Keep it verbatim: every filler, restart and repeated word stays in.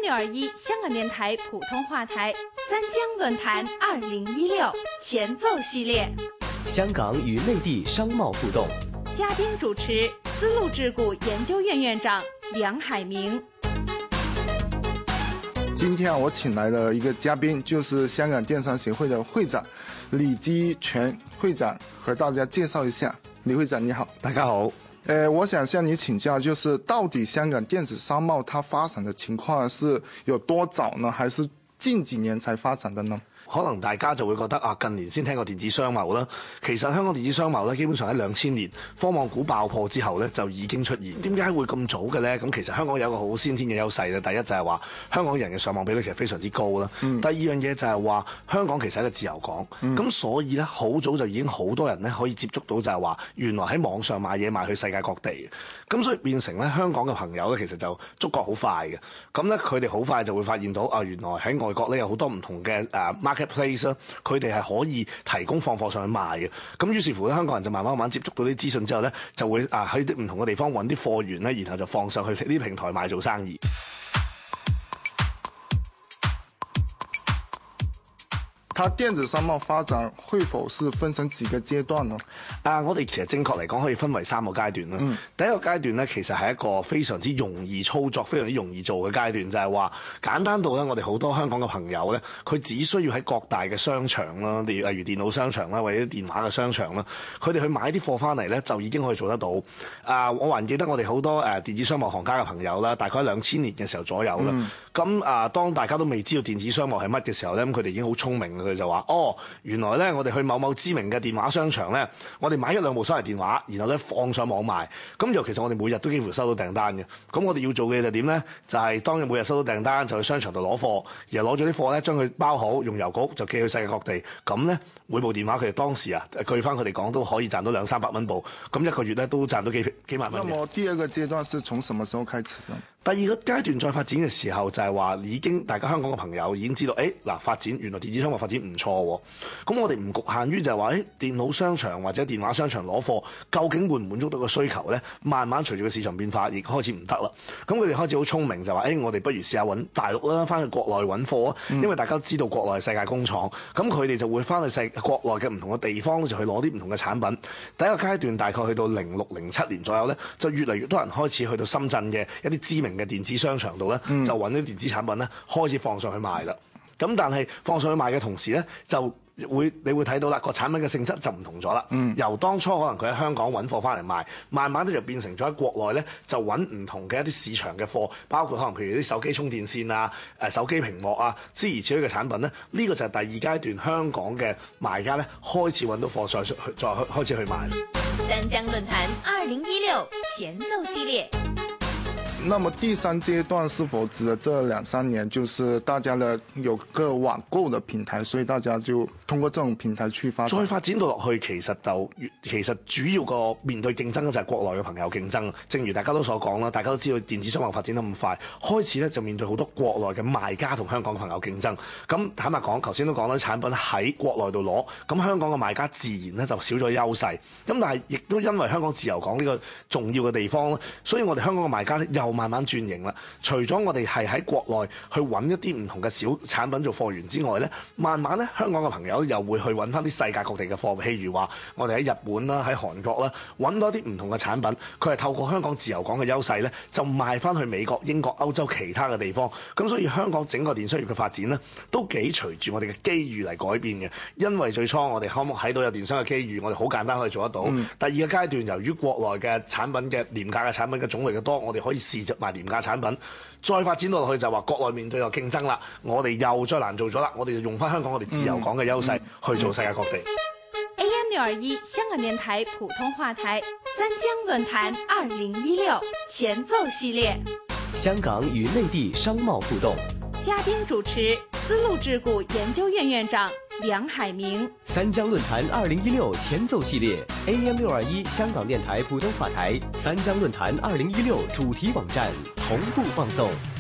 六二一香港电台普通话台三江论坛二零一六前奏系列， 香港与内地商贸互动。 嘉宾主持丝路智库研究院院长梁海明。 今天啊，我请来了一个嘉宾，就是香港电商协会的会长李基全会长，和大家介绍一下。李会长你好。 大家好。 呃，我想向你请教，就是到底香港电子商贸它发展的情况是有多早呢？还是近几年才發展的呢？ 可能大家就會覺得啊，近年先聽過電子商貿啦。其實香港電子商貿咧，基本上喺兩千年科網股爆破之後咧，就已經出現。點解會咁早嘅咧？咁其實香港有一個好先天嘅優勢咧。第一就係話香港人嘅上網比率其實非常之高啦。嗯、第二樣嘢就係話香港其實係一個自由港，咁、嗯、所以咧好早就已經好多人咧可以接觸到就係話原來喺網上買嘢賣去世界各地嘅。咁所以變成咧香港嘅朋友咧其實就觸覺好快嘅。咁咧佢哋好快就會發現到啊，原來喺外國咧有好多唔同嘅誒 marketplace 啦，佢哋係可以提供放貨上去賣嘅。咁於是乎咧，香港人就慢慢慢慢接觸到啲資訊之後咧，就會啊喺啲唔同嘅地方揾啲貨源咧，然後就放上去呢啲平台賣做生意。 它電子商貿發展會否是分成幾個階段呢？ 啊，我哋其實正確嚟講可以分為三個階段啦。嗯、第一個階段咧，其實係一個非常之容易操作、非常之容易做嘅階段，就係話簡單到咧，我哋好多香港嘅朋友咧，佢只需要喺各大嘅商場啦，例如例如電腦商場啦，或者電話嘅商場啦，佢哋去買啲貨翻嚟咧，就已經可以做得到。啊，我還記得我哋好多誒電子商貿行家嘅朋友啦，大概兩千年嘅時候左右啦。咁、嗯、啊，當大家都未知道電子商貿係乜嘅時候咧，咁佢哋已經好聰明嘅。佢就話：哦，原來咧，我哋去某某知名嘅電話商場咧，我哋買一兩部手提電話，然後咧放上網賣。咁尤其實我哋每日都幾乎收到訂單嘅。咁我哋要做嘅就點咧？就係、是、當日每日收到訂單，就去商場度攞貨，然後攞咗啲貨咧，將佢包好，用郵局就寄去世界各地。咁咧，每部電話佢哋當時啊，據翻佢哋講都可以賺到兩三百蚊部。咁一個月咧都賺到幾幾萬蚊。 那麼第二個階段是從什麼時候開始呢？ 第二個階段再發展嘅時候，就係話已經大家香港嘅朋友已經知道，誒嗱發展原來電子商貿發展唔錯喎。咁我哋唔局限於就係話，誒電腦商場或者電話商場攞貨，究竟滿唔滿足到個需求咧？慢慢隨住個市場變化，亦開始唔得啦。咁佢哋開始好聰明，就話，誒我哋不如試下揾大陸啦，翻去國內揾貨啊。因為大家都知道國內係世界工廠，咁佢哋就會翻去世國內嘅唔同嘅地方，就去攞啲唔同嘅產品。第一個階段大概去到零六零七年左右咧，就越嚟越多人開始去到深圳嘅一啲知名嘅電子商場度咧，就揾啲電子產品咧，開始放上去賣啦。咁但係放上去賣嘅同時咧，就會你會睇到啦，個產品嘅性質就唔同咗啦。嗯、由當初可能佢喺香港揾貨翻嚟賣，慢慢咧就變成咗喺國內咧就揾唔同嘅一啲市場嘅貨，包括可能譬如啲手機充電線啊、誒手機屏幕啊諸如此類嘅產品咧。呢、呢個就係第二階段香港嘅賣家咧開始揾到貨再去再開始去賣。 三江論壇二零一六前奏系列。 那麼第三階段是否指的這兩三年，就是大家的有個網購的平台，所以大家就通過這種平台去發展？ 再發展到落去，其實就其實主要個面對競爭嘅就係國內嘅朋友競爭。正如大家都所講啦，大家都知道電子商貿發展得咁快，開始咧就面對好多國內嘅賣家同香港嘅朋友競爭。咁坦白講，頭先都講啦，產品喺國內度攞，咁香港嘅賣家自然咧就少咗優勢。咁但係亦都因為香港自由港呢個重要嘅地方，所以我哋香港嘅賣家咧又慢慢轉型啦。除咗我哋係喺國內去揾一啲唔同嘅小產品做貨源之外咧，慢慢咧香港嘅朋友又會去揾翻啲世界各地嘅貨，譬如話我哋喺日本啦、喺韓國啦揾多啲唔同嘅產品，佢係透過香港自由港嘅優勢咧，就賣翻去美國、英國、歐洲其他嘅地方。咁所以香港整個電商業嘅發展咧，都幾隨住我哋嘅機遇嚟改變嘅。因為最初我哋可唔可以睇到有電商嘅機遇，我哋好簡單可以做得到。嗯、第二個階段，由於國內嘅產品嘅廉價嘅產品嘅種類嘅多，我哋可以試着賣廉價產品。再發展到落去就話國內面對有競爭啦，我哋又再難做咗啦，我哋就用翻香港我哋自由港嘅優勢去做世界各地。 A M 六二一香港電台普通話台三江論壇二零一六前奏系列， 香港與內地商貿互動。 嘉賓主持絲路智庫研究院院長梁海明。 三江論壇二零一六前奏系列 A M 六二一香港電台普通話台三江論壇二零一六主題網站同步放送。